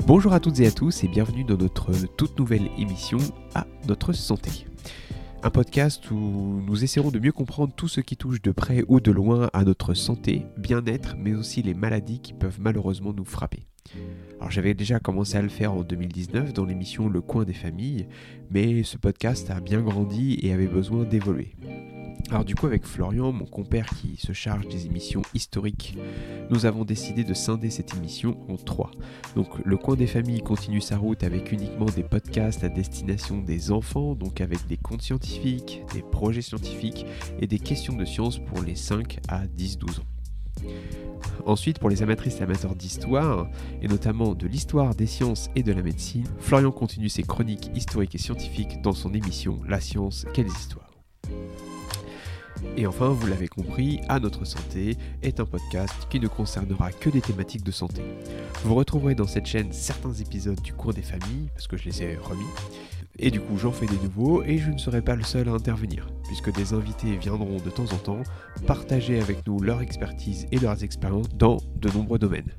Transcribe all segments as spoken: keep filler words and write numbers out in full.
Bonjour à toutes et à tous et bienvenue dans notre toute nouvelle émission à notre santé. Un podcast où nous essaierons de mieux comprendre tout ce qui touche de près ou de loin à notre santé, bien-être, mais aussi les maladies qui peuvent malheureusement nous frapper. Alors j'avais déjà commencé à le faire en deux mille dix-neuf dans l'émission Le Coin des familles, mais ce podcast a bien grandi et avait besoin d'évoluer. Alors du coup avec Florian, mon compère qui se charge des émissions historiques, nous avons décidé de scinder cette émission en trois. Donc le Coin des familles continue sa route avec uniquement des podcasts à destination des enfants, donc avec des contes scientifiques, des projets scientifiques et des questions de science pour les cinq à dix douze ans. Ensuite, pour les amatrices et amateurs d'histoire, et notamment de l'histoire des sciences et de la médecine, Florian continue ses chroniques historiques et scientifiques dans son émission La science, quelles histoires. Et enfin, vous l'avez compris, À notre santé est un podcast qui ne concernera que des thématiques de santé. Vous retrouverez dans cette chaîne certains épisodes du cours des familles, parce que je les ai remis, et du coup j'en fais des nouveaux, et je ne serai pas le seul à intervenir, puisque des invités viendront de temps en temps partager avec nous leur expertise et leurs expériences dans de nombreux domaines.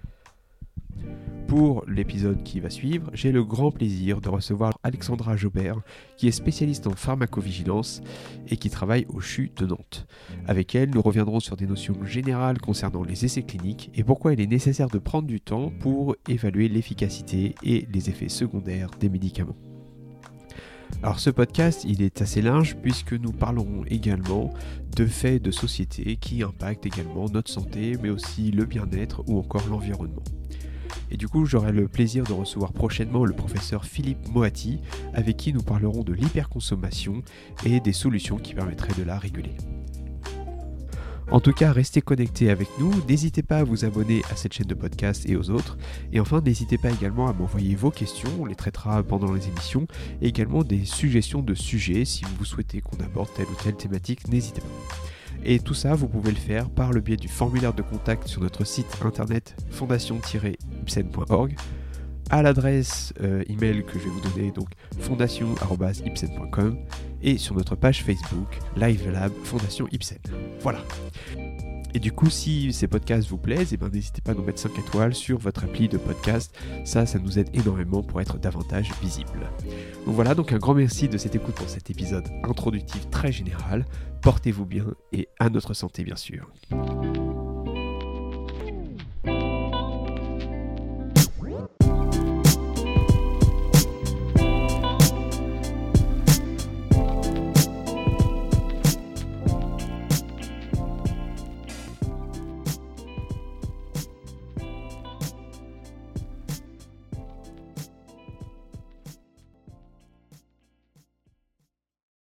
Pour l'épisode qui va suivre, j'ai le grand plaisir de recevoir Alexandra Jobert, qui est spécialiste en pharmacovigilance et qui travaille au C H U de Nantes. Avec elle, nous reviendrons sur des notions générales concernant les essais cliniques et pourquoi il est nécessaire de prendre du temps pour évaluer l'efficacité et les effets secondaires des médicaments. Alors ce podcast, il est assez large puisque nous parlerons également de faits de société qui impactent également notre santé, mais aussi le bien-être ou encore l'environnement. Et du coup, j'aurai le plaisir de recevoir prochainement le professeur Philippe Moati, avec qui nous parlerons de l'hyperconsommation et des solutions qui permettraient de la réguler. En tout cas, restez connectés avec nous, n'hésitez pas à vous abonner à cette chaîne de podcast et aux autres, et enfin n'hésitez pas également à m'envoyer vos questions, on les traitera pendant les émissions, et également des suggestions de sujets, si vous souhaitez qu'on aborde telle ou telle thématique, n'hésitez pas. Et tout ça, vous pouvez le faire par le biais du formulaire de contact sur notre site internet fondation tiret ipsen point org, à l'adresse euh, email que je vais vous donner, donc fondation arobase ipsen point com, et sur notre page Facebook Live Lab Fondation Ipsen. Voilà. Et du coup, si ces podcasts vous plaisent, eh ben, n'hésitez pas à nous mettre cinq étoiles sur votre appli de podcast. Ça, ça nous aide énormément pour être davantage visible. Donc voilà, donc un grand merci de cette écoute pour cet épisode introductif très général. Portez-vous bien et à notre santé, bien sûr.